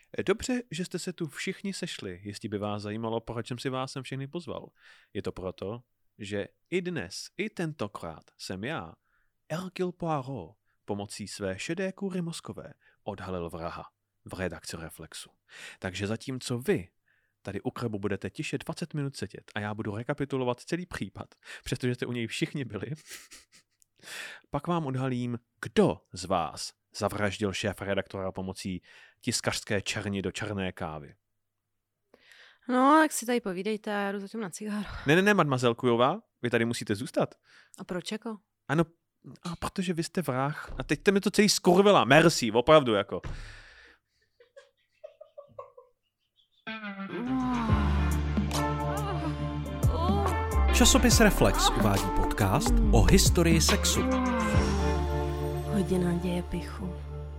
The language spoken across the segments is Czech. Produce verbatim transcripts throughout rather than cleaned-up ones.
Dobře, že jste se tu všichni sešli, jestli by vás zajímalo, proč jsem si vás sem všechny pozval. Je to proto, že i dnes, i tentokrát jsem já, Hercule Poirot, pomocí své šedé kůry mozkové odhalil vraha v redakci Reflexu. Takže zatímco vy tady u Krebu budete tiše dvacet minut sedět a já budu rekapitulovat celý případ, přestože jste u něj všichni byli, pak vám odhalím, kdo z vás zavraždil šéf-redaktora pomocí tiskařské černi do černé kávy. No, tak si tady povídejte a já jdu zatím na cigáru. Ne, ne, ne, mademoiselle Kujová, vy tady musíte zůstat. A proč jako? Ano, a protože vy jste vrah. A teď jste mi to celý skurvila. Merci, opravdu, jako. Časopis Reflex uvádí podcast o historii sexu. Hodina dějepichu.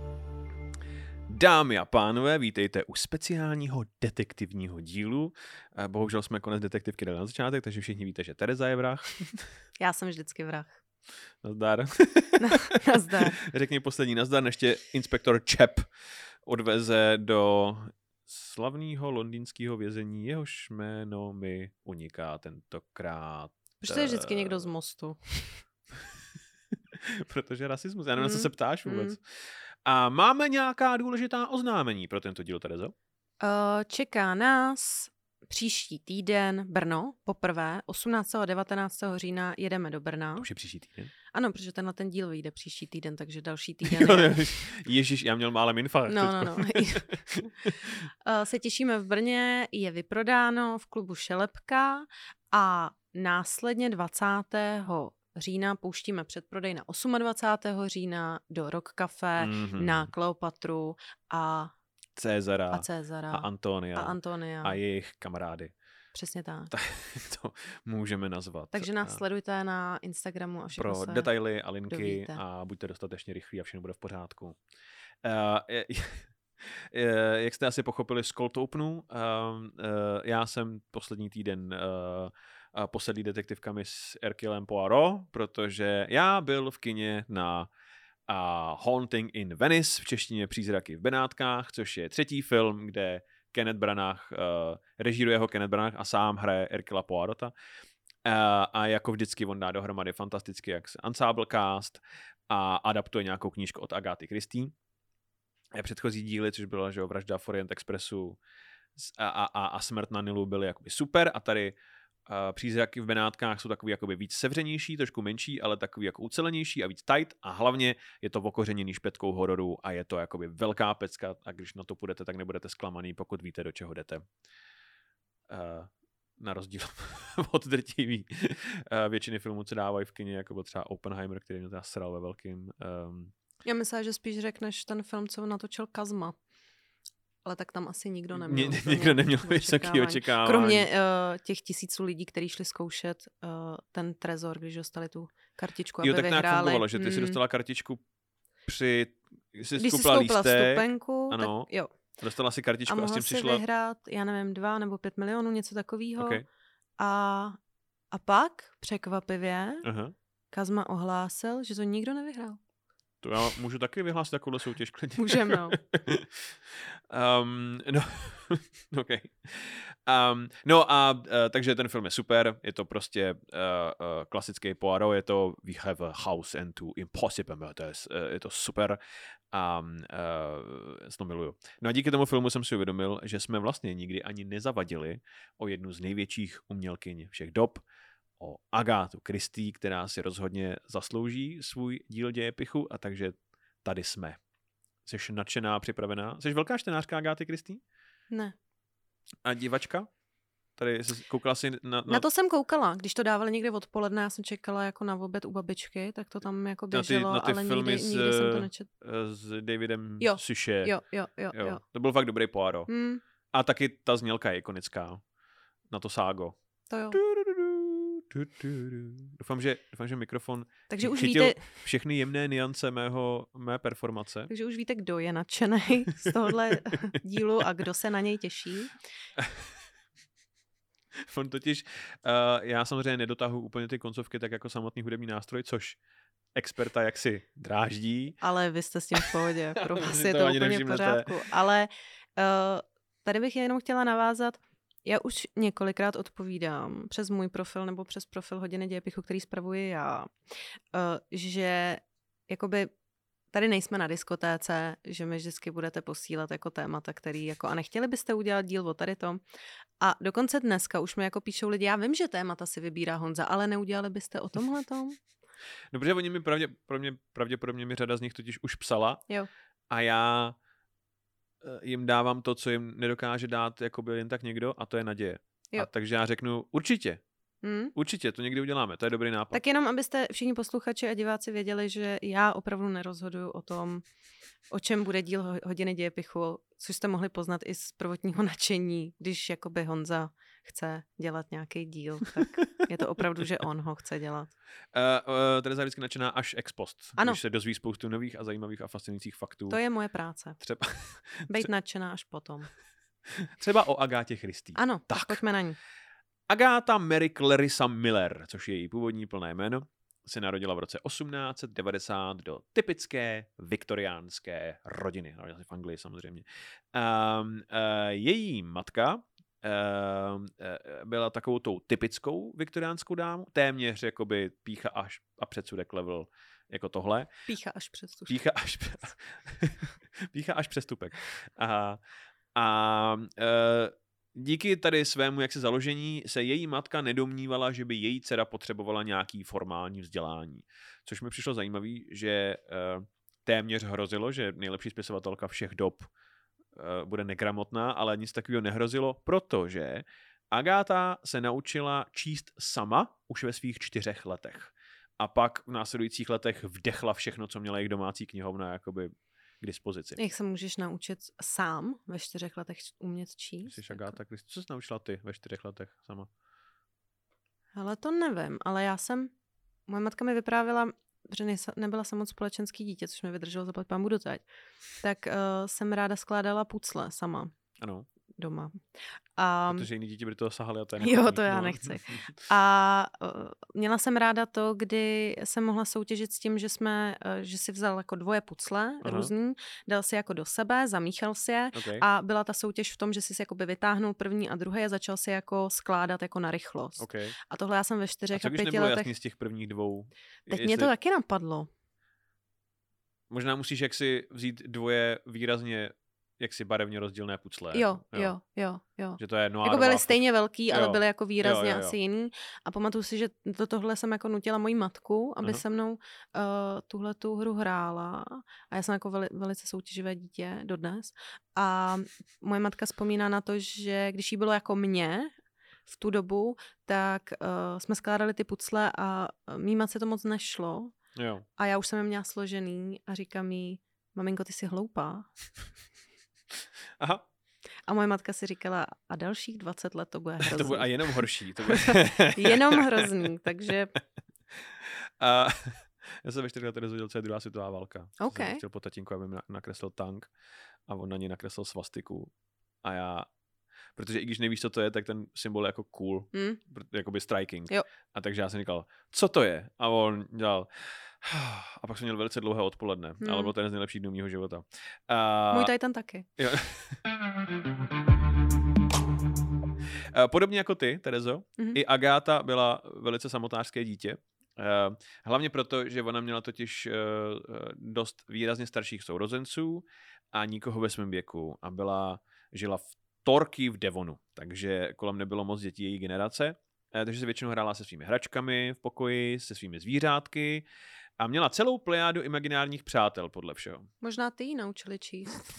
Dámy a pánové, vítejte u speciálního detektivního dílu. Bohužel jsme konec detektivky dali na začátek, takže všichni víte, že Tereza je vrah. Já jsem vždycky vrah. Nazdar. No, nazdar. Řekni poslední nazdar, než tě inspektor Čep odveze do slavného londýnského vězení, jehož jméno mi uniká tentokrát. Proč to je vždycky někdo z Mostu? Protože rasismus, já nevím, mm. co se ptáš vůbec. Mm. A máme nějaká důležitá oznámení pro tento díl, Terezo? Uh, čeká nás příští týden Brno, poprvé, osmnáctého a devatenáctého října jedeme do Brna. To už je příští týden? Ano, protože tenhle ten díl vyjde příští týden, takže další týden je... Ježiš, já měl málem infarkt. No, no, no. Se těšíme v Brně, je vyprodáno v klubu Šelepka a následně dvacátého října pouštíme předprodej na dvacátého osmého října do Rock Café, mm-hmm. na Kleopatru a Cezara a, Cezara, a Antonia a Antonia a jejich kamarády. Přesně tak. Tak to můžeme nazvat. Takže nás sledujte na Instagramu a všechno pro se detaily a linky dovíte. A buďte dostatečně rychlí a všechno bude v pořádku. Uh, jak jste asi pochopili z Cold Openu, uh, uh, já jsem poslední týden uh, posedlý detektivkami s Herculem Poirot, protože já byl v kině na uh, Haunting in Venice, v češtině Přízraky v Benátkách, což je třetí film, kde Kenneth Branagh, uh, režíruje ho Kenneth Branagh a sám hraje Hercula Poirota. Uh, a jako vždycky on dá dohromady fantasticky jak ensemble cast a adaptuje nějakou knížku od Agaty Christie. Předchozí díly, což byla že, Vražda v Orient Expressu a, a, a Smrt na Nilu, byly jakoby super a tady uh, Přízraky v Benátkách jsou takový jakoby víc sevřenější, trošku menší, ale takový jako ucelenější a víc tight a hlavně je to okořeněný špetkou hororu a je to jakoby velká pecka a když na to půjdete, tak nebudete zklamaný, pokud víte, do čeho jdete. Uh, na rozdíl od drtivý uh, většiny filmů, co dávají v kině, jako byl třeba Oppenheimer, který mě teda sral ve velkým. Um, Já myslím, že spíš řekneš ten film, co natočil Kazma. Ale tak tam asi nikdo neměl. Ně, nikdo neměl vysoký očekávání. Kromě uh, těch tisíců lidí, kteří šli zkoušet uh, ten trezor, když dostali tu kartičku, jo, aby tak vyhráli. Jo, tak fungovalo, že ty hmm. si dostala kartičku při... Jsi když jsi skoupila lístek, vstupenku, ano, tak jo. Dostala si kartičku a, a s tím přišla... A mohla si vyhrát, já nevím, dva nebo pět milionů, něco takového. Okay. A, a pak, překvapivě, Aha. Kazma ohlásil, že to nikdo nevyhrál. To já můžu taky vyhlásit takovou soutěž klidně. Můžem, no. um, no, okay. um, no a uh, takže ten film je super, je to prostě uh, uh, klasický Poirot, je to We have a house and two impossible murders, uh, je to super a um, uh, to miluju. No a díky tomu filmu jsem si uvědomil, že jsme vlastně nikdy ani nezavadili o jednu z největších umělkyň všech dob, o Agátu Christie, která si rozhodně zaslouží svůj díl dějepichu a takže tady jsme. Jsi nadšená, připravená? Jsi velká čtenářka Agáty Christie? Ne. A divačka? Tady jsi koukala si na... Na, na to jsem koukala. Když to dávali někdy odpoledne, já jsem čekala jako na oběd u babičky, tak to tam jako běželo, na ty, na ty ale filmy nikdy, s, nikdy jsem to nečet. S Davidem jo. Suchet. Jo, jo, jo, jo, jo. To byl fakt dobrý Poirot. Hmm. A taky ta znělka je ikonická. Na to ságo. To jo. Doufám, že, doufám, že mikrofon takže už chytil víte, všechny jemné nuance mého, mé performace. Takže už víte, kdo je nadšený z tohohle dílu a kdo se na něj těší. On totiž, uh, já samozřejmě nedotahu úplně ty koncovky tak jako samotný hudební nástroj, což experta jaksi dráždí. Ale vy jste s tím v pohodě, pro vás je to úplně v pořádku. Ale tady bych jenom chtěla navázat, já už několikrát odpovídám přes můj profil nebo přes profil Hodiny dějepichu, který spravuji já, že jakoby tady nejsme na diskotéce, že mi vždycky budete posílat jako témata, který jako a nechtěli byste udělat díl o tady tom. A dokonce dneska už mi jako píšou lidi, já vím, že témata si vybírá Honza, ale neudělali byste o tomhletom? No, protože oni mi pravdě, pro mě, pravděpodobně mi řada z nich totiž už psala jo. a já jim dávám to, co jim nedokáže dát jakoby jen tak někdo a to je naděje. Jo. A takže já řeknu určitě, Hmm? Určitě, to někdy uděláme, to je dobrý nápad. Tak jenom, abyste všichni posluchači a diváci věděli, že já opravdu nerozhoduju o tom, o čem bude díl Hodiny dějepichu, což jste mohli poznat i z prvotního nadšení, když jakoby Honza chce dělat nějaký díl, tak je to opravdu, že on ho chce dělat. Uh, uh, Tereza je vždycky nadšená až ex post, ano. Když se dozví spoustu nových a zajímavých a fascinujících faktů. To je moje práce. Třeba... Být nadšená až potom. Třeba o Agátě Christie. Ano, tak pojďme na ní. Agáta Mary Clarissa Miller, což je její původní plné jméno, se narodila v roce osmnáct set devadesát do typické viktoriánské rodiny. Narodila se v Anglii samozřejmě. Um, uh, její matka uh, uh, byla takovou tou typickou viktoriánskou dámou, téměř jakoby pícha až a předsudek level jako tohle. Pícha až přestupek. Pícha až, pícha až přestupek. A, a uh, díky tady svému jaksi založení se její matka nedomnívala, že by její dcera potřebovala nějaký formální vzdělání. Což mi přišlo zajímavý, že uh, téměř hrozilo, že nejlepší spisovatelka všech dob uh, bude negramotná, ale nic takového nehrozilo, protože Agáta se naučila číst sama už ve svých čtyřech letech. A pak v následujících letech vdechla všechno, co měla jejich domácí knihovna jakoby k dispozici. Jak se můžeš naučit sám ve čtyřech letech umět číst? Jsi Agáta Christie. Co jsi naučila ty ve čtyřech letech sama? Ale to nevím, ale já jsem, moje matka mi vyprávěla, že nebyla jsem moc společenský dítě, což mi vydrželo zaplať pánbu doteď, tak uh, jsem ráda skládala pucle sama. Ano. Doma. A... Protože jiní děti by do toho sahali a to je nechci. Jo, to já no. nechci. A uh, měla jsem ráda to, kdy jsem mohla soutěžit s tím, že jsme, uh, že si vzal jako dvoje pucle Aha. různý, dal si jako do sebe, zamíchal si je okay. a byla ta soutěž v tom, že si si jakoby vytáhnul první a druhé a začal si jako skládat jako na rychlost. Okay. A tohle já jsem ve čtyřech a, a pěti nebylo letech... jasný z těch prvních dvou? Teď jestli... mě to taky napadlo. Možná musíš jaksi vzít dvoje výrazně jaksi barevně rozdílné pucle. Jo, jo, jo, jo. jo. Že to je jako byly stejně velký, jo. ale byly jako výrazně jo, jo, jo. asi jiný. A pamatuju si, že do tohle jsem jako nutila moji matku, aby uh-huh. se mnou uh, tuhle tu hru hrála. A já jsem jako veli, velice soutěživé dítě dodnes. A moje matka vzpomíná na to, že když jí bylo jako mě v tu dobu, tak uh, jsme skládali ty pucle a mý matce to moc nešlo. Jo. A já už jsem je měla složený a říkám jí, maminko, ty jsi hloupá. Aha. A moje matka si říkala, a dalších dvacet let to bude hrozný. To bude a jenom horší. To bude... jenom hrozný, takže... A já jsem ve čtyřech letech dozvěděl, co je druhá světová válka. Okay. Jsem chtěl po tatínku, aby mi nakreslil tank a on na něj nakreslil svastiku. A já, protože i když nevíš, co to je, tak ten symbol je jako cool, mm. jakoby striking. Jo. A takže já jsem říkal, co to je? A on dělal... A pak jsem měl velice dlouhé odpoledne, hmm. ale byl to jeden z nejlepších dnů mýho života. Uh, Můj Titan taky. Jo. Podobně jako ty, Terezo, mm-hmm. i Agáta byla velice samotářské dítě. Uh, hlavně proto, že ona měla totiž uh, dost výrazně starších sourozenců a nikoho ve svém věku a byla, žila v Torquay v Devonu, takže kolem nebylo moc dětí její generace. Takže se většinou hrála se svými hračkami v pokoji, se svými zvířátky a měla celou plejádu imaginárních přátel, podle všeho. Možná ty ji naučili číst.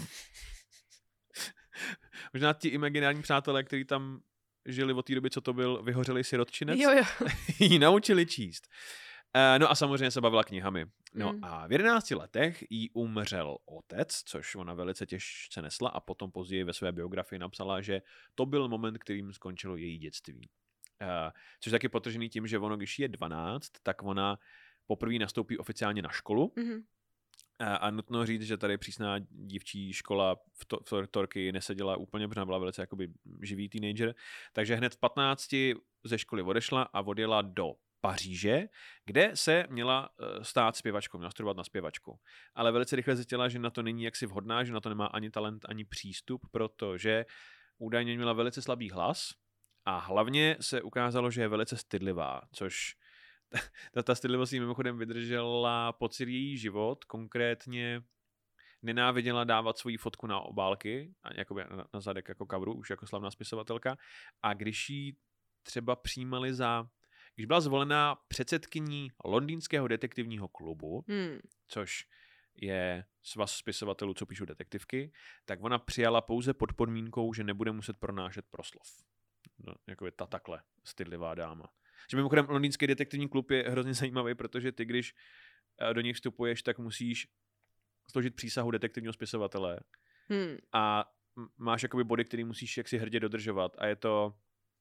Možná ti imaginární přátelé, kteří tam žili od té doby, co to byl vyhořelý sirotčinec, jo, jo. ji naučili číst. No a samozřejmě se bavila knihami. No mm. a v jedenácti letech jí umřel otec, což ona velice těžce nesla a potom později ve své biografii napsala, že to byl moment, kterým skončilo její dětství. Uh, což je taky potržený tím, že ono, když je dvanáct, tak ona poprvé nastoupí oficiálně na školu. Mm-hmm. Uh, a nutno říct, že tady přísná dívčí škola v, to, v Torquay neseděla úplně, protože byla velice jakoby živý teenager. Takže hned v patnácti ze školy odešla a odjela do Paříže, kde se měla stát zpěvačkou, měla studovat na zpěvačku. Ale velice rychle zjistila, že na to není jaksi vhodná, že na to nemá ani talent, ani přístup, protože údajně měla velice slabý hlas a hlavně se ukázalo, že je velice stydlivá, což ta, ta stydlivost jí mimochodem vydržela po celý její život, konkrétně nenáviděla dávat svoji fotku na obálky, jakoby na, na zadek jako coveru, už jako slavná spisovatelka. A když jí třeba přijímali za... Když byla zvolená předsedkyní londýnského detektivního klubu, hmm. což je svaz spisovatelů, co píšou detektivky, tak ona přijala pouze pod podmínkou, že nebude muset pronášet proslov. No, jakoby ta takhle stydlivá dáma. Že mimochodem londýnský detektivní klub je hrozně zajímavý, protože ty, když do něj vstupuješ, tak musíš složit přísahu detektivního spisovatele hmm. a máš jakoby body, který musíš jaksi hrdě dodržovat a je to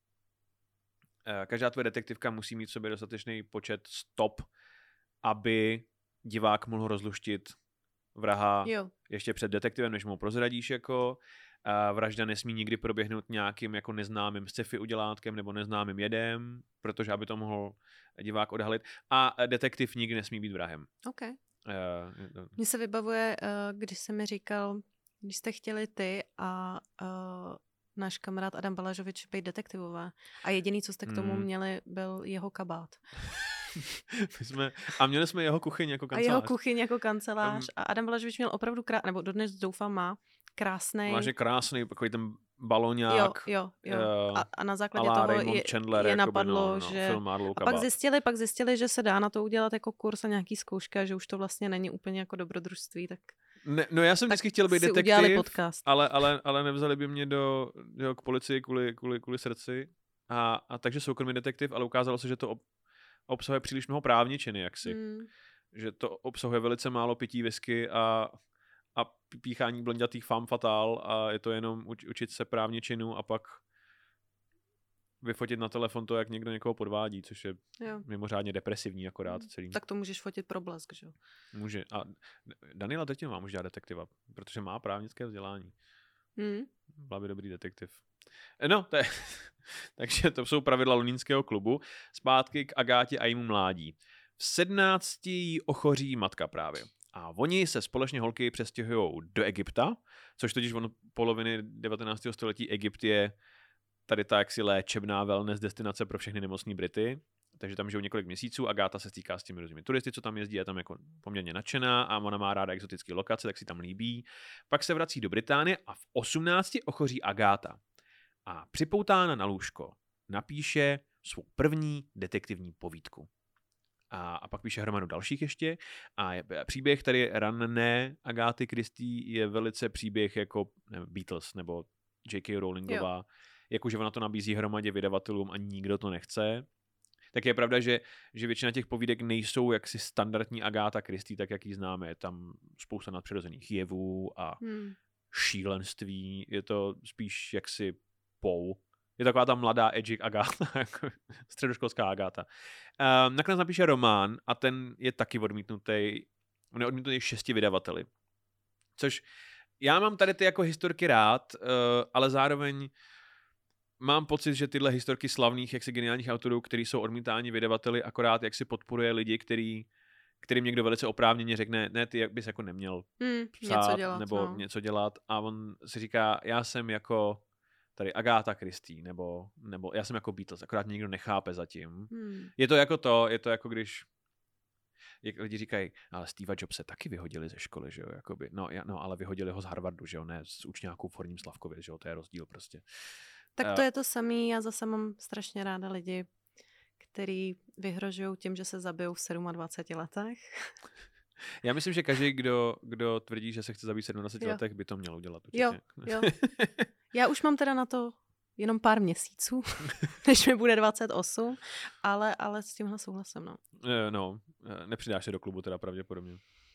každá tvoje detektivka musí mít v sobě dostatečný počet stop, aby divák mohl rozluštit vraha jo. ještě před detektivem, než mu prozradíš jako a vražda nesmí nikdy proběhnout nějakým jako neznámým sci-fi udělátkem nebo neznámým jedem, protože aby to mohl divák odhalit a detektiv nikdy nesmí být vrahem. Okay. Uh, Mně se vybavuje, uh, když jsi mi říkal, když jste chtěli ty a uh, náš kamarád Adam Balažovič být detektivové a jediný, co jste k tomu hmm. měli, byl jeho kabát. My jsme, a měli jsme jeho kuchyň jako kancelář. A jeho kuchyň jako kancelář. Um, a Adam Balažovič měl opravdu krásný, nebo dodnes doufám má, krásný. Máš je krásný, takový ten baloňák. Jo, jo, jo. Uh, a, a na základě toho je, Chandler, je napadlo, no, no, že... A pak zjistili, pak zjistili, že se dá na to udělat jako kurz a nějaký zkouška, že už to vlastně není úplně jako dobrodružství, tak... Ne, no já jsem vždycky chtěl být detektiv, ale, ale, ale nevzali by mě do, do k policii kvůli, kvůli, kvůli srdci. A, a takže soukromý detektiv, ale ukázalo se, že to ob, obsahuje příliš mnoho právničiny, jaksi. Hmm. Že to obsahuje velice málo pití whisky a, a píchání blondětých femme fatale a je to jenom uč, učit se právničinu a pak vyfotit na telefon to, jak někdo někoho podvádí, což je jo. mimořádně depresivní akorát celý. Tak to můžeš fotit pro blesk, že jo? Může. A Daniela Tetinová může dělat detektiva, protože má právnické vzdělání. Hmm. Byla by dobrý detektiv. No, to je... takže to jsou pravidla londýnského klubu. Zpátky k Agátě a jejímu mládí. V sedmnácti jí ochoří matka právě. A oni se společně holky přestěhují do Egypta, což totiž od poloviny devatenáctého století Egypt je tady ta jaksi léčebná wellness destinace pro všechny nemocný Brity, takže tam žijou několik měsíců. Agáta se stýká s těmi různými turisty, co tam jezdí, je tam jako poměrně nadšená a ona má ráda exotické lokace, tak si tam líbí. Pak se vrací do Británie a v osmnácti ochoří Agáta. A připoutána na lůžko napíše svou první detektivní povídku. A, a pak píše hromadu dalších ještě. A je, příběh tady rané Agáty Christie je velice příběh jako nevím, Beatles nebo J K. Rowlingová. Jo. Jakože ona to nabízí hromadě vydavatelům a nikdo to nechce. Tak je pravda, že, že většina těch povídek nejsou jaksi standardní Agáta Christie, tak jak ji známe. Je tam spousta nadpřirozených jevů a hmm. šílenství. Je to spíš jaksi pou. Je taková ta mladá edgy Agáta, jako středoškolská Agáta. Um, nakonec napíše román a ten je taky odmítnutý. On je odmítnutý šesti vydavateli. Což já mám tady ty jako historky rád, uh, ale zároveň mám pocit, že tyhle historky slavných, jaksi geniálních autorů, který jsou odmítáni vydavateli, akorát jak si podporuje lidi, který, kterým někdo velice oprávněně řekne, ne, ty bys jako neměl hmm, psát něco dělat, nebo no. něco dělat a on si říká, já jsem jako tady Agáta Christie, nebo, nebo já jsem jako Beatles, akorát mě nikdo nechápe zatím. Hmm. Je to jako to, je to jako když jak lidi říkají, ale Steva Jobse taky vyhodili ze školy, že jo, jakoby. No, no, ale vyhodili ho z Harvardu, že jo, ne z učňáků v Horním Slavkově, že jo, to je rozdíl prostě. Tak to je to samý, já zase mám strašně ráda lidi, který vyhrožují tím, že se zabijou v dvaceti sedmi letech. Já myslím, že každý, kdo, kdo tvrdí, že se chce zabít v sedmnácti letech, by to měl udělat určitě. Jo, jo. Já už mám teda na to jenom pár měsíců, než mi bude dvacet osm, ale, ale s tímhle souhlasem, no. No, nepřidáš se do klubu teda pravděpodobně.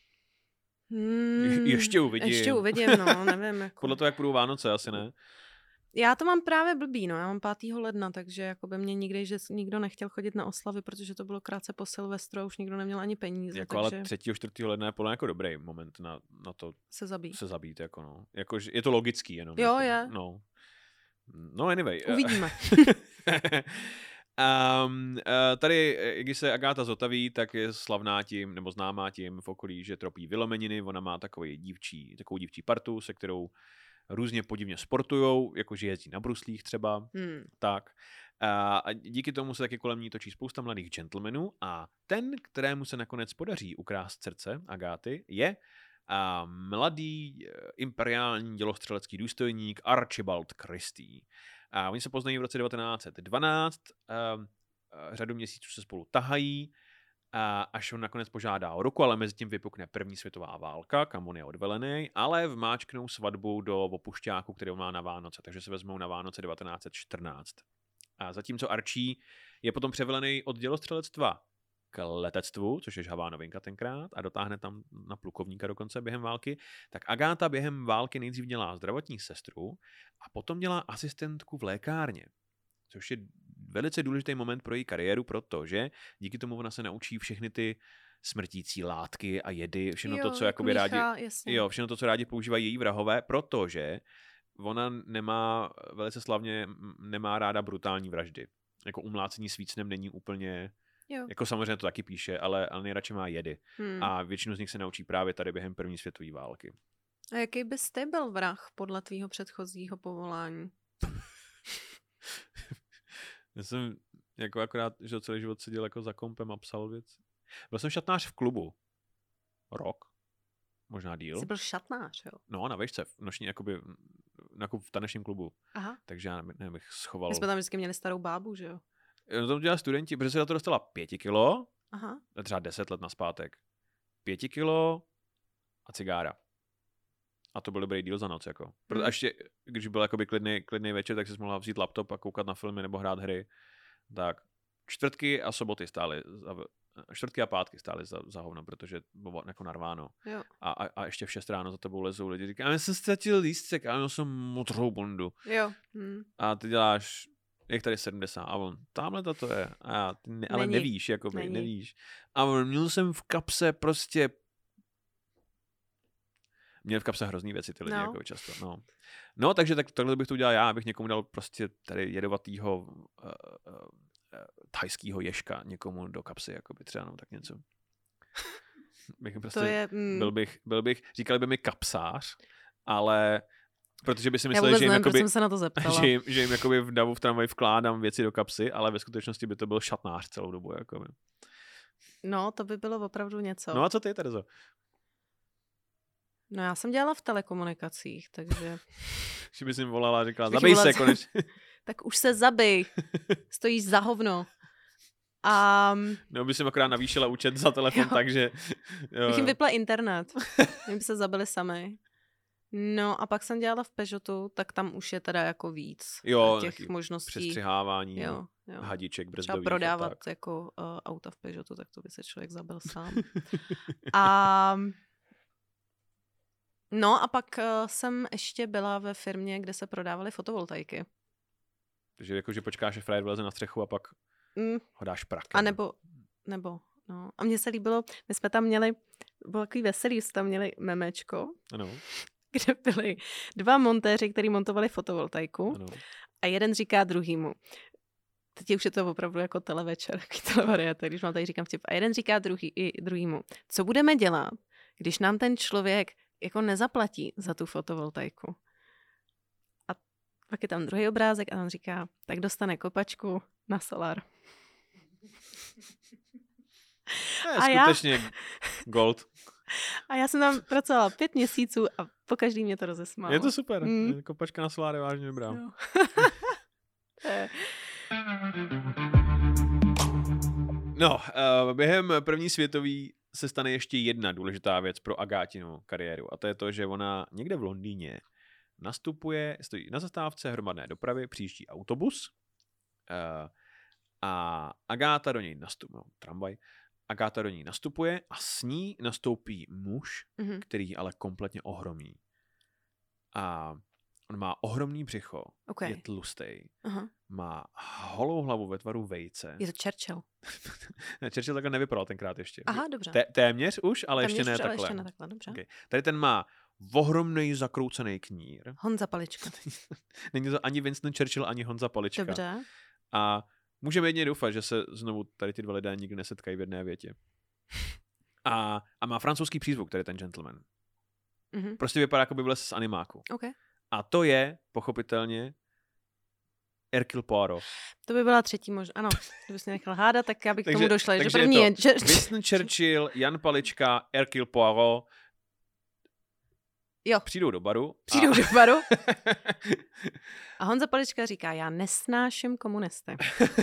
Hmm, ještě uvidím. Ještě uvidím, no, nevím. Jako. Podle toho, jak budou Vánoce, asi ne. Já to mám právě blbý, no, já mám pátého ledna, takže jako by mě nikdy, že nikdo nechtěl chodit na oslavy, protože to bylo krátce po Silvestru a už nikdo neměl ani peníze. Jako takže... ale třetího čtvrtého ledna je podle jako dobrý moment na, na to se zabít. Se zabít, jako no. Jako, je to logický jenom. Jo, jako, je. No. No anyway. Uvidíme. Um, uh, tady, když se Agáta zotaví, tak je slavná tím, nebo známá tím v okolí, že tropí vylomeniny. Ona má takový dívčí, takovou dívčí partu, se kterou různě podivně sportujou, jakože jezdí na bruslích třeba. Hmm. Tak. A díky tomu se taky kolem ní točí spousta mladých gentlemanů a ten, kterému se nakonec podaří ukrást srdce Agáty, je a mladý imperiální dělostřelecký důstojník Archibald Christie. A oni se poznají v roce devatenáct set dvanáct, a řadu měsíců se spolu tahají, a až on nakonec požádá o ruku, ale mezi tím vypukne první světová válka, kam on je odvelený, ale vmáčknou svatbu do opušťáku, který on má na Vánoce, takže se vezmou na Vánoce devatenáct set čtrnáct. A zatímco Archie je potom převelený od dělostřelectva k letectvu, což je žhavá novinka tenkrát, a dotáhne tam na plukovníka dokonce během války, tak Agáta během války nejdřív dělá zdravotní sestru a potom dělá asistentku v lékárně, což je velice důležitý moment pro její kariéru, protože díky tomu ona se naučí všechny ty smrtící látky a jedy, všechno jo, to, co jako jakoby míchá, rádi, jasně. jo, všechno to, co rádi používají její vrahové, protože ona nemá, velice slavně nemá ráda brutální vraždy. Jako umlácení svícnem není úplně, Jo. jako samozřejmě to taky píše, ale, ale nejradši má jedy. Hmm. A většinu z nich se naučí právě tady během první světové války. A jaký bys ty byl vrah podle tvýho předchozího povolání? Já jsem jako akorát, že celý život seděl jako za kompem a psal věci. Byl jsem šatnář v klubu. Rok. Možná díl. Jsi byl šatnář, jo? No, na vejšce, v noční, jakoby, jako v tanečním klubu. Aha. Takže já nevím, bych schoval. My jsme tam vždycky měli starou bábu, že jo? No to dělali studenti, protože se na to dostala pěti kilo, Aha. třeba deset let nazpátek. Pěti kilo a cigára. A to byl dobrý díl za noc, jako. Proto Hmm. ještě, když byl jakoby klidný, klidný večer, tak jsi mohla vzít laptop a koukat na filmy nebo hrát hry. Tak čtvrtky a soboty stály, za, čtvrtky a pátky stály za, za hovno, protože bylo jako narváno. Jo. A, a, a ještě v šest ráno za tebou lezou lidi. Říkají, já jsem ztratil lístek, a já jsem modrou bondu. Jo. Hm. A ty děláš, jak tady sedmdesát, a on, tamhle to je. A já, ty ne, ale Není. nevíš, jakoby, Není. nevíš. A on, měl jsem v kapse prostě Měl v kapse hrozný věci ty lidi, No. jako často. No. no, takže tak, tohle bych to udělal já, abych někomu dal prostě tady jedovatýho uh, uh, uh, thajskýho ježka někomu do kapsy, jako by třeba, no, tak něco. bych prostě, To je... Mm. byl, bych, byl bych, říkali by mi kapsář, ale protože by si Já mysleli, vůbec že jim, nevím, proč jakoby, jsem se na to zeptala. že jim, že jim jakoby v davu v tramvaji vkládám věci do kapsy, ale ve skutečnosti by to byl šatnář celou dobu. Jakoby. No, to by bylo opravdu něco. No a co ty, Terezo? No já jsem dělala v telekomunikacích, takže... Že bys jim volala a říkala, Bych zabij jim se volala- konečně. Tak už se zabij. Stojíš za hovno. A Nebo bys jim akorát navýšila účet za telefon, Jo. takže... Jo, bych jim jo. vypla internet. Jim by se zabili sami. No a pak jsem dělala v Peugeotu, tak tam už je teda jako víc Jo, těch taky možností. Přestřihávání, Jo, jo. hadiček, Třeba brzdových prodávat a tak. jako uh, auta v Peugeotu, tak to by se člověk zabil sám. A no a pak uh, jsem ještě byla ve firmě, kde se prodávaly fotovoltaiky. Takže jako, že počkáš, že frajer vleze na střechu a pak Mm, ho dáš prakem. a nebo, nebo, no. A mně se líbilo, my jsme tam měli, bylo takový veselý, jsme tam měli memečko, Ano, kde byli dva montéři, kteří montovali fotovoltaiku ano. a jeden říká druhýmu. Teď už je to opravdu jako televečer, takový televariátor, když mám tady říkám vtip. A jeden říká druhý, i druhýmu, co budeme dělat, když nám ten člověk jako nezaplatí za tu fotovoltaiku. A pak je tam druhý obrázek a on říká, tak dostane kopačku na solar. To je A já- skutečně gold. A já jsem tam pracovala pět měsíců a po každý mě to rozesmálo. Je to super. Mm. Kopačka na soláry vážně dobrá. Jo. Eh, No, uh, během první světový se stane ještě jedna důležitá věc pro Agátinu kariéru a to je to, že ona někde v Londýně nastupuje, stojí na zastávce hromadné dopravy, přijíždí autobus uh, a Agáta do něj nastupuje, no, tramvaj, Agáta do něj nastupuje a s ní nastoupí muž, mhm. který ale kompletně ohromí. A on má ohromný břicho, Okay. je tlustej, Aha. má holou hlavu ve tvaru vejce. Je to Churchill. Ne, Churchill takhle nevypadal tenkrát ještě. Aha, dobře. Té, téměř už, ale Tam ještě ne už, ale takhle. ještě ne takhle, dobře. Okay. Tady ten má ohromný zakroucený knír. Honza Palička. Není to ani Winston Churchill, ani Honza Palička. Dobře. A můžeme jedině doufat, že se znovu tady ty dva lidé nikdy nesetkají v jedné větě. A, a má francouzský přízvuk, tady ten gentleman. Mm-hmm. Prostě vypadá, jako by byl z animáku. Okay. A to je, pochopitelně, Hercule Poirot. To by byla třetí možnost. Ano, kdybych si nechal hádat, tak já bych k tomu došla. Takže že první je, je, to že... Winston Churchill, Jan Palička, Hercule Poirot jo. přijdou do baru. Přijdou a... do baru. A Honza Palička říká, já nesnáším komunisty.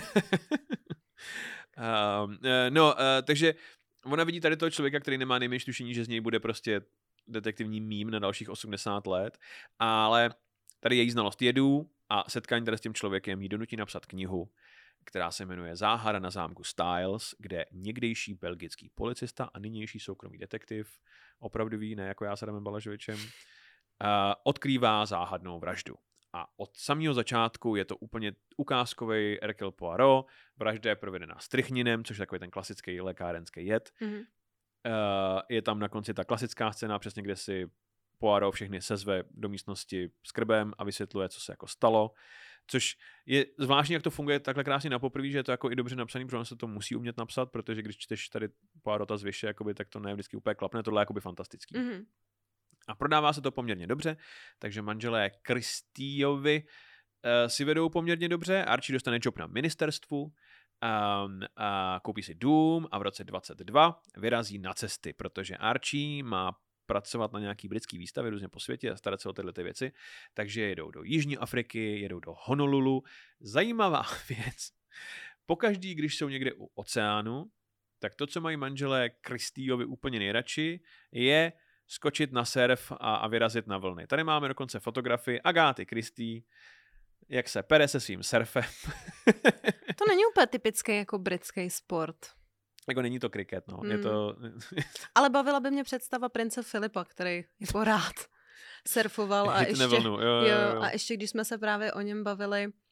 uh, uh, no, uh, takže ona vidí tady toho člověka, který nemá nejmenší tušení, že z něj bude prostě detektivní mím na dalších osmdesát let, ale tady její znalost jedu a setkání tady s tím člověkem jí donutí napsat knihu, která se jmenuje Záhada na zámku Styles, kde někdejší belgický policista a nynější soukromý detektiv, opravdový, ne jako já s Adamem Balažovičem, uh, odkrývá záhadnou vraždu. A od samého začátku je to úplně ukázkový Hercule Poirot, vražda je provedená strychninem, což je takový ten klasický lékárenský jed. Mm-hmm. Uh, je tam na konci ta klasická scéna, přesně kde si Poirot všechny sezve do místnosti s krbem a vysvětluje, co se jako stalo. Což je zvláštní, jak to funguje takhle krásně na poprvé, že je to jako i dobře napsaný, protože on se to musí umět napsat, protože když čteš tady Poirota z Vyše, jakoby, tak to ne vždycky úplně klapne, tohle je jakoby fantastický. Mm-hmm. A prodává se to poměrně dobře, takže manželé Christieovi uh, si vedou poměrně dobře. Archie dostane job na ministerstvu, um, a koupí si dům a v roce dvacet dva vyrazí na cesty, protože Archie má pracovat na nějaký britský výstavě různě po světě a starat se o tyhle ty věci. Takže jedou do Jižní Afriky, jedou do Honolulu. Zajímavá věc. Pokaždý, když jsou někde u oceánu, tak to, co mají manželé Christieovi úplně nejradši, je skočit na surf a, a vyrazit na vlny. Tady máme dokonce fotografii Agáty Christie, jak se pere se svým surfem. To není úplně typický jako britský sport. Jako není to kriket, no. Hmm. Je to... Ale bavila by mě představa prince Filipa, který jako rád surfoval a ještě, vlnu. Jo, jo, jo. a ještě když jsme se právě o něm bavili uh,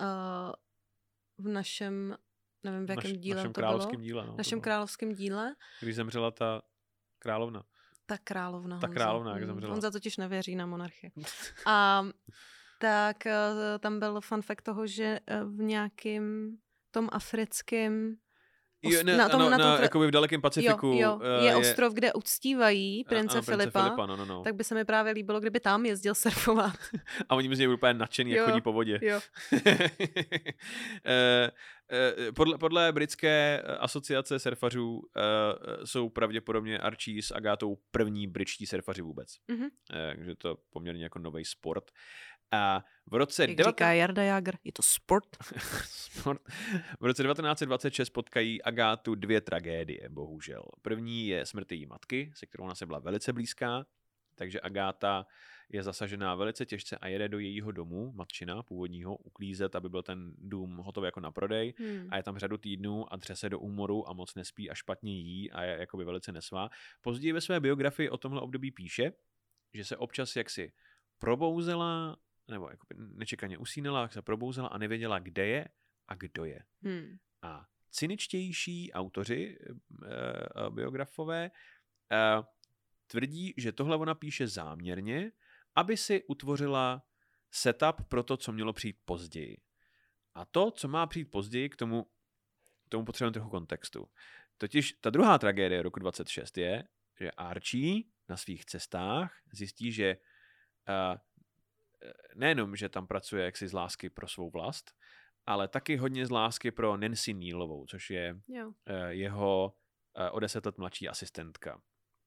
v našem, nevím v jakém Naš, díle našem to královském bylo. díle, no, našem královském díle. Když zemřela ta královna. Ta královna. Ta královna, jak zemřela. On za totiž nevěří na monarchii. A tak uh, tam byl fun fact toho, že uh, v nějakým tom africkém Jo, ne, na tom, ano, na tom, na, jakoby v dalekém Pacifiku. Jo, jo, je, je ostrov, kde uctívají prince ano, Filipa, Filipa no, no, no. tak by se mi právě líbilo, kdyby tam jezdil surfovat. A oni by z něj byli úplně nadšený, jak chodí po vodě. Jo. podle, podle britské asociace surfařů uh, jsou pravděpodobně Archie s Agátou první britští surfaři vůbec. Mm-hmm. Takže to je poměrně jako nový sport. A v roce Jak devatenáct... říká Jarda Jágr, je to sport. sport. V roce devatenáct set dvacet šest potkají Agátu dvě tragédie, bohužel. První je smrt její matky, se kterou ona se byla velice blízká, takže Agáta je zasažená velice těžce a jede do jejího domu, matčina původního, uklízet, aby byl ten dům hotový jako na prodej hmm. a je tam řadu týdnů a dře se do úmoru a moc nespí a špatně jí a je jakoby velice nesvá. Později ve své biografii o tomhle období píše, že se občas jaksi probouzela nebo jako nečekaně usínala, se probouzela a nevěděla, kde je a kdo je. Hmm. A cyničtější autoři, e, biografové, e, tvrdí, že tohle ona píše záměrně, aby si utvořila setup pro to, co mělo přijít později. A to, co má přijít později, k tomu, k tomu potřebujeme trochu kontextu. Totiž ta druhá tragédie roku dvacet šest je, že Archie na svých cestách zjistí, že e, nejenom, že tam pracuje jaksi z lásky pro svou vlast, ale taky hodně z lásky pro Nancy Nealovou, což je jo. jeho o deset let mladší asistentka.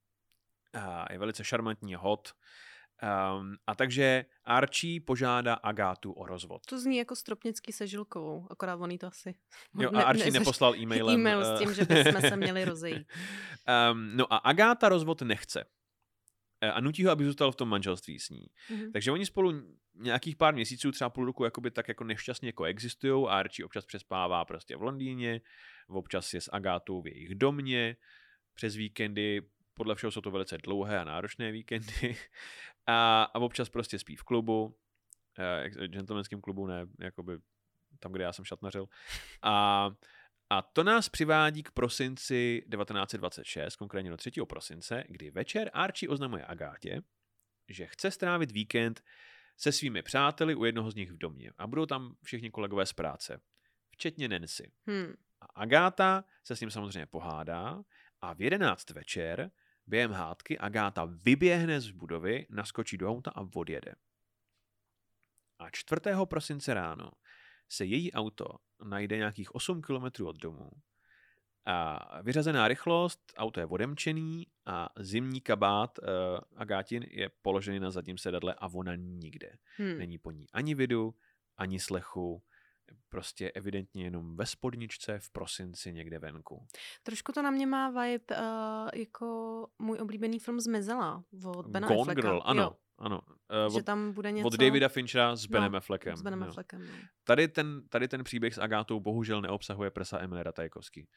A je velice šarmantní, hot. Um, a takže Archie požádá Agátu o rozvod. To zní jako Stropnický se Žilkovou, akorát on jí to asi... Jo, a Archie ne, neposlal e-mailem. E-mail s tím, že bychom se měli rozejít. Um, no a Agáta rozvod nechce. A nutí ho, aby zůstal v tom manželství s ní. Mm-hmm. Takže oni spolu nějakých pár měsíců, třeba půl roku, jakoby tak jako nešťastně koexistujou a Archie občas přespává prostě v Londýně, občas je s Agátou v jejich domě, přes víkendy, podle všeho jsou to velice dlouhé a náročné víkendy a, a občas prostě spí v klubu, eh, gentlemanském klubu, ne, jakoby tam, kde já jsem šatnařil. A A to nás přivádí k prosinci devatenáct set dvacet šest, konkrétně do třetího prosince, kdy večer Archie oznamuje Agátě, že chce strávit víkend se svými přáteli u jednoho z nich v domě a budou tam všichni kolegové z práce. včetně Nancy. Hmm. A Agáta se s ním samozřejmě pohádá a v jedenáct večer během hádky Agáta vyběhne z budovy, naskočí do auta a odjede. A čtvrtého prosince ráno se její auto najde nějakých osm kilometrů od domu a vyřazená rychlost, auto je odemčený a zimní kabát uh, Agátin je položený na zadním sedadle a ona nikde. Hmm. Není po ní ani vidu, ani slechu, prostě evidentně jenom ve spodničce v prosinci někde venku. Trošku to na mě má vibe uh, jako můj oblíbený film Zmizela od Bena Gone Afflecka. Girl, ano. Jo. ano. Uh, Že tam bude něco... Od Davida Finchera s Benem no, Affleckem. S Benem no. Affleckem, no. Tady, ten, tady ten příběh s Agátou bohužel neobsahuje prsa Emily Ratajkowski.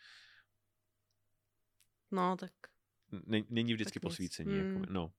No, tak... Není vždycky tak posvícení. Hmm. Jako, no.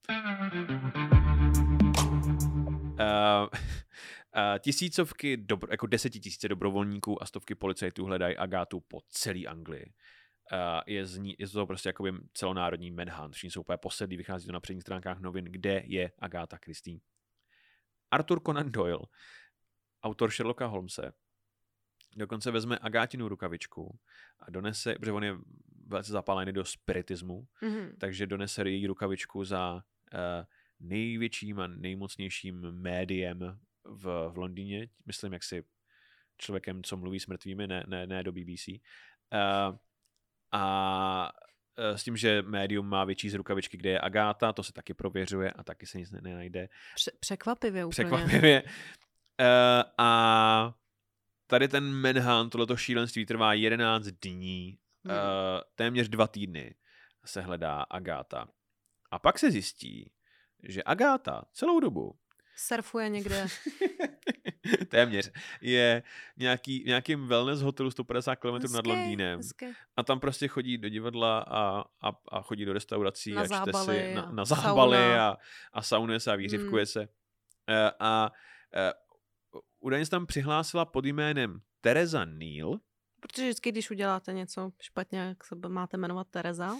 Uh, uh, tisícovky, dobro, jako desetitisíce dobrovolníků a stovky policajtů hledají Agátu po celé Anglii. Uh, je, z ní, je to prostě jakoby celonárodní manhunt. Všichni jsou úplně posedlí, vychází to na předních stránkách novin, kde je Agáta Christie. Arthur Conan Doyle, autor Sherlocka Holmese, dokonce vezme Agátinu rukavičku a donese, protože on je velice zapálený do spiritismu, mm-hmm. takže donese její rukavičku za uh, největším a nejmocnějším médiem v, v Londýně, myslím, jak si člověkem, co mluví s mrtvými, ne, ne, ne do B B C. Uh, a uh, s tím, že médium má větší z rukavičky, kde je Agáta, to se taky prověřuje a taky se nic ne, nenajde. Pře- překvapivě úplně. Překvapivě. Uh, a tady ten manhunt, tohleto šílenství trvá jedenáct dní, hmm. uh, téměř dva týdny se hledá Agáta. A pak se zjistí, že Agáta celou dobu surfuje někde. téměř. Je nějaký, nějakým wellness hotelu sto padesát kilometrů nad Londýnem. Hezky. A tam prostě chodí do divadla a, a, a chodí do restaurací na a čte si na, na zábaly a, a saunuje se a výřivkuje hmm. se. Uh, a uh, údajně se tam přihlásila pod jménem Teresa Neal. Protože vždycky, když uděláte něco špatně, jak se máte jmenovat Teresa.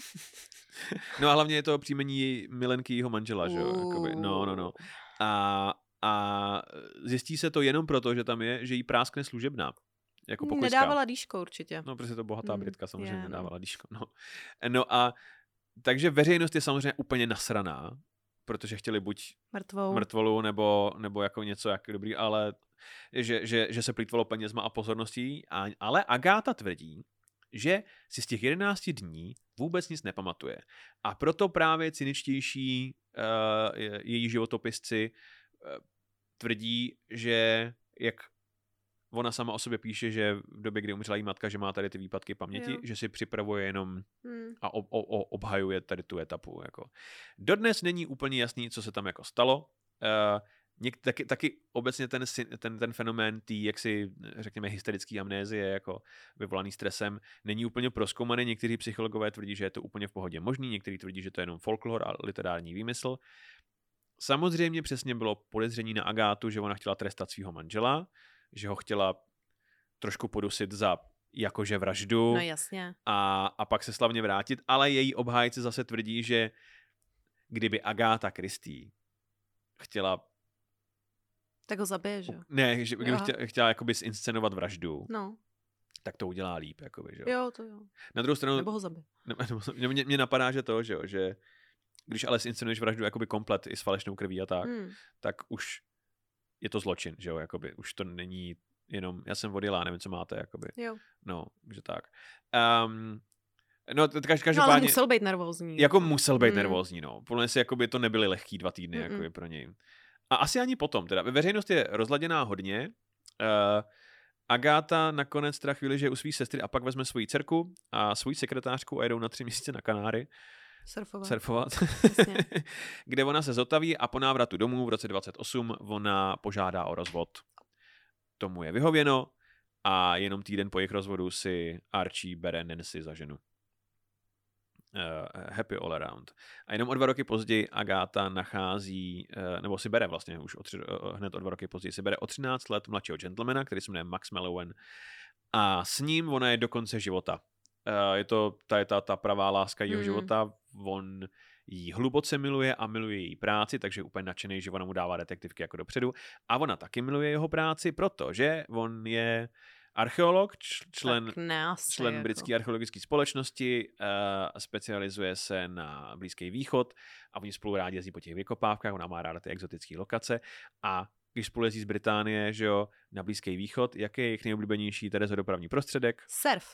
No a hlavně je to příjmení milenky jeho manžela, že jo? Jakoby, no, no, no. A, a zjistí se to jenom proto, že tam je, že jí práskne služebná. Jako pokojská. Nedávala dýško určitě. No, protože to bohatá Britka samozřejmě je, nedávala no. dýško. No. no a takže veřejnost je samozřejmě úplně nasraná, protože chtěli buď Mrtvou. mrtvolu, nebo, nebo jako něco jak dobrý, ale že, že, že se plýtvalo penězma a pozorností. A, ale Agáta tvrdí, že si z těch jedenácti dní vůbec nic nepamatuje. A proto právě cyničtější uh, její životopisci uh, tvrdí, že jak ona sama o sobě píše, že v době, kdy umřela jí matka, že má tady ty výpadky paměti, jo. že si připravuje jenom hmm. a ob, ob, obhajuje tady tu etapu. Jako. Dodnes není úplně jasný, co se tam jako stalo. Uh, něk, taky, taky obecně ten, ten, ten fenomén tý, jak si řekněme, hysterický amnézie, jako vyvolaný stresem, není úplně prozkoumaný. Někteří psychologové tvrdí, že je to úplně v pohodě možný, někteří tvrdí, že to je jenom folklor a literární výmysl. Samozřejmě přesně bylo podezření na Agátu, že ona chtěla trestat svého manžela, že ho chtěla trošku podusit za jakože vraždu. No jasně. A, a pak se slavně vrátit, ale její obhájci zase tvrdí, že kdyby Agáta Christie chtěla... Tak ho zabije, že jo? Ne, že kdyby chtěla, chtěla jakoby zinscenovat vraždu, no. tak to udělá líp, jakoby, že jo? Jo, to jo. Na druhou stranu... Nebo ho zabije. Ne, mě, mě napadá, že to, že jo, že když ale zinscenuješ vraždu jakoby komplet i s falešnou krví a tak, hmm. tak už je to zločin, že jo, jakoby, už to není jenom, já jsem odjela, nevím, co máte, jakoby. Jo. No, že tak. Um, no, každopádně... No, ale musel být nervózní. Jako musel být mm. nervózní, no. Podle mě si, jakoby, to nebyly lehký dva týdny, Mm-mm. jakoby, pro něj. A asi ani potom, teda. Veřejnost je rozladěná hodně. Uh, Agáta nakonec teda chvíli, že je u svý sestry a pak vezme svoji dcerku a svoji sekretářku a jedou na tři měsíce na Kanáry. Surfovat. Surfovat. Kde ona se zotaví a po návratu domů v roce dvacet osm ona požádá o rozvod. Tomu je vyhověno a jenom týden po jejich rozvodu si Archie bere Nancy za ženu. Uh, happy all around. A jenom o dva roky později Agáta nachází, uh, nebo si bere vlastně už o tři, uh, hned o dva roky později, si bere o třináct let mladšího gentlemana, který se jmenuje Max Mallowan. A s ním ona je do konce života. Uh, je to ta, je ta, ta pravá láska jeho mm. života. On jí hluboce miluje a miluje její práci, takže je úplně nadšený, že ona mu dává detektivky jako dopředu. A ona taky miluje jeho práci, protože on je archeolog, člen, ne, asi, člen jako. britské archeologické společnosti, uh, specializuje se na Blízký východ a oni spolu rádi jezdí po těch vykopávkách, ona má ráda ty exotické lokace a když spolu jezdí z Británie, že jo, na Blízký východ, jaký je jejich nejoblíbenější Terezo dopravní prostředek? Surf.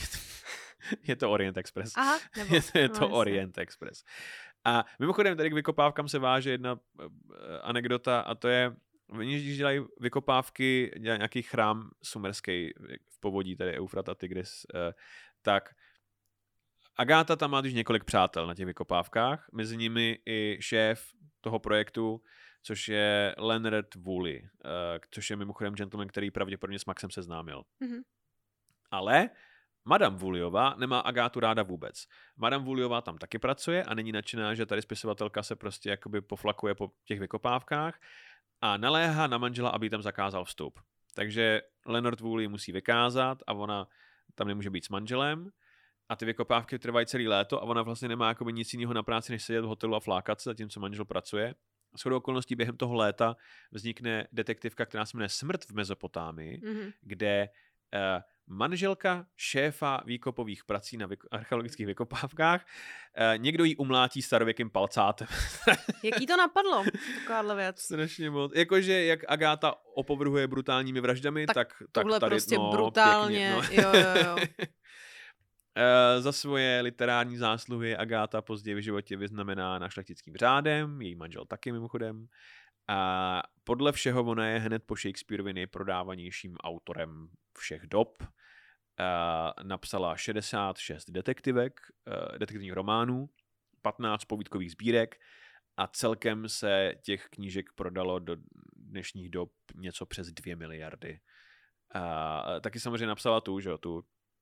Je to Orient Express. Aha, nebo, je to, je to no, Orient Express. A mimochodem tady k vykopávkám se váže jedna anekdota a to je, oni když dělají vykopávky, dělají nějaký chrám sumerský v povodí, tady Eufrat a Tigris, tak Agáta tam má už několik přátel na těch vykopávkách, mezi nimi i šéf toho projektu, což je Leonard Woolley, což je mimochodem gentleman, který pravděpodobně s Maxem seznámil. Mm-hmm. Ale Madame Woolleyová nemá Agátu ráda vůbec. Madame Woolleyová tam taky pracuje a není nadšená, že tady spisovatelka se prostě jakoby poflakuje po těch vykopávkách a naléhá na manžela, aby jí tam zakázal vstup. Takže Leonard Woolley musí vykázat a ona tam nemůže být s manželem a ty vykopávky trvají celý léto a ona vlastně nemá jakoby nic jiného na práci, než sedět v hotelu a flákat se, zatímco manžel pracuje. Shodou okolností během toho léta vznikne detektivka, která se jmenuje Smrt v Mezopotámii, mm-hmm. kde uh, manželka šéfa výkopových prací na vyko- archeologických vykopávkách, uh, někdo jí umlátí starověkým palcátem. Jaký to napadlo, takováhle věc? Strašně moc. Jakože jak Agáta opovrhuje brutálními vraždami, tak, tak, tohle tak tady prostě no, brutálně, pěkně, no. jo, jo, jo. Uh, za svoje literární zásluhy Agáta později v životě vyznamenána šlechtickým řádem, její manžel taky mimochodem. A podle všeho ona je hned po Shakespeareovi nejprodávanějším autorem všech dob. Uh, napsala šedesát šest detektivek, uh, detektivních románů, patnáct povídkových sbírek a celkem se těch knížek prodalo do dnešních dob něco přes dvě miliardy. Uh, taky samozřejmě napsala tu, že jo, tu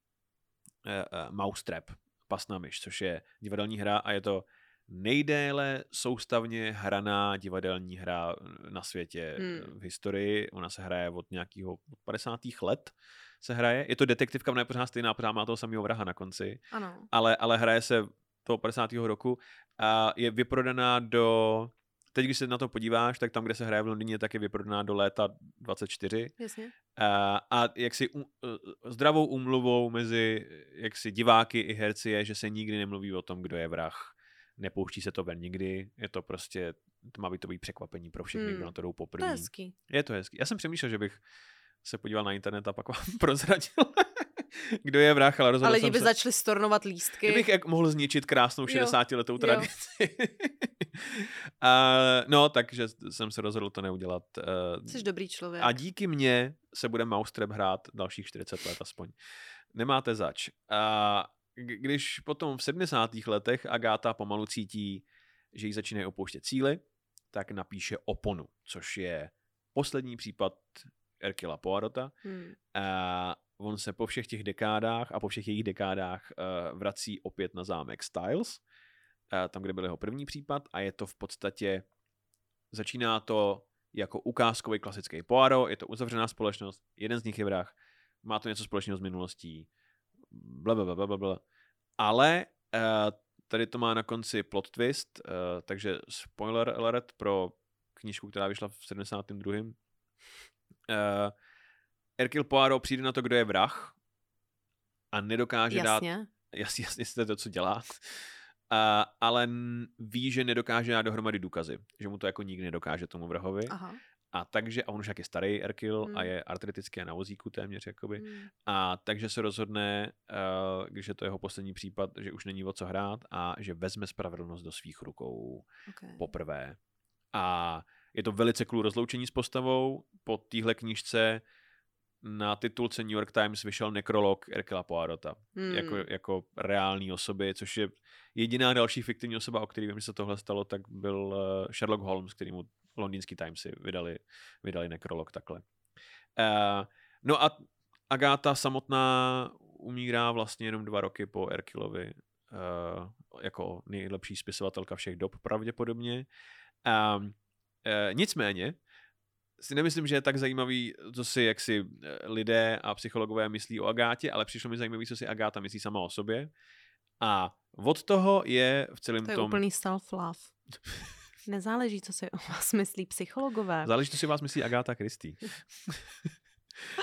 Uh, uh, Mousetrap, Pasná myš, což je divadelní hra a je to nejdéle soustavně hraná divadelní hra na světě hmm. v historii. Ona se hraje od nějakého padesátých let se hraje. Je to detektivka, ona je pořád stejná, pořád má toho samého vraha na konci. Ano. Ale, ale hraje se toho padesátého roku a je vyprodaná do... Teď, když se na to podíváš, tak tam, kde se hraje v Londýně, tak je vyprodaná do léta dvacet čtyři. Jasně. A, a jaksi uh, zdravou úmluvou mezi jaksi diváky i herci je, že se nikdy nemluví o tom, kdo je vrah. Nepouští se to ven nikdy. Je to prostě, to má být to být překvapení pro všechny, hmm. kdo na to jdou poprvé. To je hezký. Je to hezký. Já jsem přemýšlel, že bych se podíval na internet a pak vám prozradil, kdo je vrah, ale rozhodl ale jsem lidi by se... začali stornovat lístky. Kdybych jak mohl zničit krásnou šedesátiletou tradici. uh, no, takže jsem se rozhodl to neudělat. Uh, Jsi dobrý člověk. A díky mně se bude Mousetrap hrát dalších čtyřicet let aspoň. Nemáte zač. Uh, když potom v sedmdesátých letech Agáta pomalu cítí, že jí začínají opouštět síly, tak napíše Oponu, což je poslední případ Hercula Poirota. Hmm. A on se po všech těch dekádách a po všech jejich dekádách uh, vrací opět na zámek Styles, uh, tam, kde byl jeho první případ a je to v podstatě, začíná to jako ukázkový klasický Poirot, je to uzavřená společnost, jeden z nich je vrah, má to něco společného s minulostí, blablabla, ale uh, tady to má na konci plot twist, uh, takže spoiler alert pro knížku, která vyšla v sedmdesátém druhém Uh, Hercule Poirot přijde na to, kdo je vrah a nedokáže jasně. dát... Jasně. Jasně, to je to, co dělá. Uh, ale ví, že nedokáže dát dohromady důkazy. Že mu to jako nikdy nedokáže tomu vrahovi. Aha. A takže, a on už jak je starý Hercule hmm. a je artritický a na vozíku téměř, jakoby. Hmm. A takže se rozhodne, uh, když je to jeho poslední případ, že už není o co hrát a že vezme spravedlnost do svých rukou okay. poprvé. A je to velice cool rozloučení s postavou. Po téhle knížce na titulce New York Times vyšel nekrolog Hercula Poirota. Hmm. Jako, jako reální osoby, což je jediná další fiktivní osoba, o který vím, že se tohle stalo, tak byl Sherlock Holmes, který mu londýnský Timesy vydali, vydali nekrolog takhle. Uh, no a Agáta samotná umírá vlastně jenom dva roky po Herculovi uh, jako nejlepší spisovatelka všech dob pravděpodobně. Um, E, nicméně si nemyslím, že je tak zajímavý, co si jak si lidé a psychologové myslí o Agátě, ale přišlo mi zajímavý, co si Agáta myslí sama o sobě. A od toho je v celém tom... To je tom... úplný self-love. Nezáleží, co si o vás myslí psychologové. Záleží, co si o vás myslí Agáta Christie.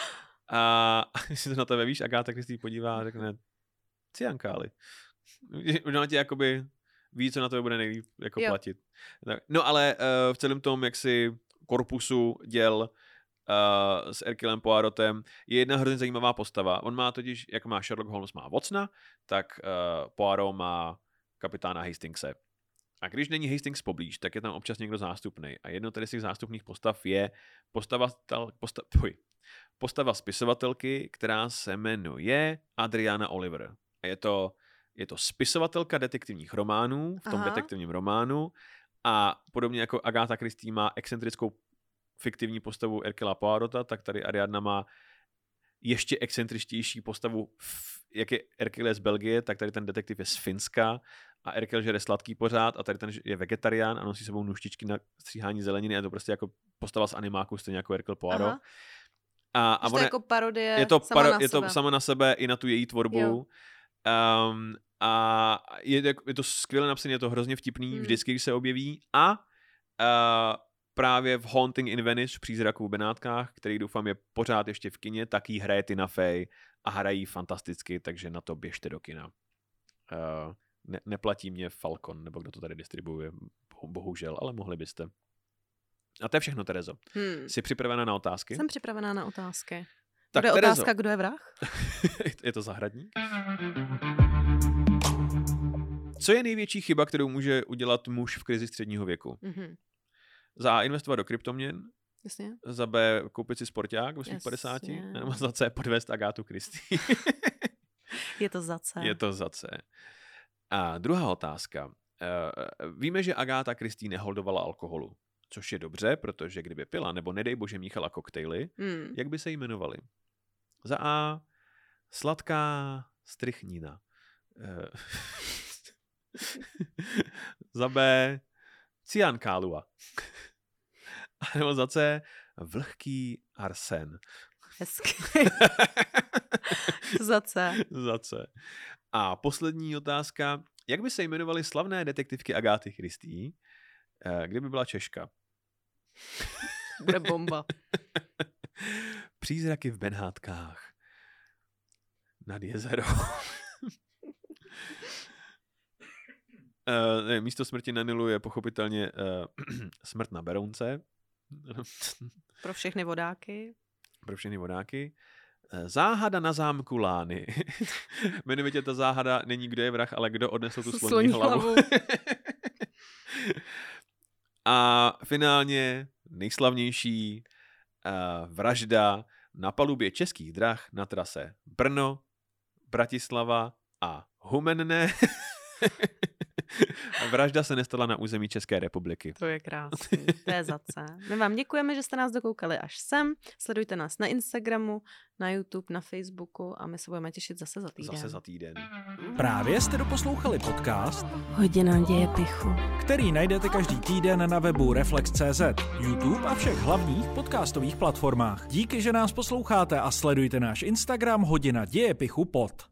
A když se na tebe víš, Agáta Christie podívá a řekne cyankály. Ona ti jakoby ví, co na tebe bude nejlíp jako platit. No ale uh, v celém tom, jak si korpusu děl uh, s Herculem Poirotem je jedna hrozně zajímavá postava. On má totiž, jak má Sherlock Holmes má Watsona, tak uh, Poirot má kapitána Hastingse. A když není Hastings poblíž, tak je tam občas někdo zástupný. A jedno tedy z těch zástupných postav je postava, posta, tvoj, postava spisovatelky, která se jmenuje Adriana Oliver. A je to, je to spisovatelka detektivních románů v tom Aha. detektivním románu a podobně jako Agatha Christie má excentrickou fiktivní postavu Hercula Poirota, tak tady Ariadna má ještě excentričtější postavu, jak je Hercule z Belgie, tak tady ten detektiv je z Finska a Hercule žere sladký pořád a tady ten je vegetarián a nosí sebou nůžtičky na stříhání zeleniny a je to prostě jako postava z animáku, stejně jako Hercule Poirot. Aha. A, a to je jako parodie je to, sama paro, na je sebe. to sama na sebe i na tu její tvorbu. Um, a je, je to skvěle napsané, je to hrozně vtipný, hmm. vždycky, když se objeví. A uh, právě v Haunting in Venice, v Přízraku v Benátkách, který doufám je pořád ještě v kině, tak jí hraje Tina Fey a hrají fantasticky, takže na to běžte do kina. Uh, ne, neplatí mě Falcon, nebo kdo to tady distribuuje, bohužel, ale mohli byste. A to je všechno, Terezo. Hmm. Jsi připravená na otázky? Jsem připravená na otázky. Tak bude Terezo. Otázka, kdo je vrah? Je to zahradník? Co je největší chyba, kterou může udělat muž v krizi středního věku? Mm-hmm. Za A investovat do kryptoměn, Jasně. Za B koupit si sporták ve svých padesáti, nebo za C podvést Agátu Christie. Je to za C. Je to za C. A druhá otázka. Víme, že Agáta Christie neholdovala alkoholu, což je dobře, protože kdyby pila, nebo nedej bože míchala koktejly, mm. jak by se jmenovaly? Za A sladká strychnina. Za B cyankálua. A nebo za C vlhký arsen. Hezky. Za C. Za C. A poslední otázka. Jak by se jmenovaly slavné detektivky Agáty Christie, kdyby byla Češka? Bude bomba. Přízraky v Benátkách. Nad jezero. Uh, místo smrti na Nilu je pochopitelně uh, smrt na Berounce. Pro všechny vodáky. Pro všechny vodáky. Uh, záhada na zámku Lány. Jmenovitě ta záhada není kdo je vrah, ale kdo odnesl tu sloní, sloní hlavu. hlavu. A finálně nejslavnější uh, vražda na palubě Českých drah na trase Brno, Bratislava a Humenné. Vražda se nestala na území České republiky. To je krásný, to je za C. My vám děkujeme, že jste nás dokoukali až sem. Sledujte nás na Instagramu, na YouTube, na Facebooku a my se budeme těšit zase za týden. Zase za týden. Právě jste doposlouchali podcast Hodina dějepichu, který najdete každý týden na webu Reflex tečka cé zet, YouTube a všech hlavních podcastových platformách. Díky, že nás posloucháte a sledujte náš Instagram Hodina dějepichu pod.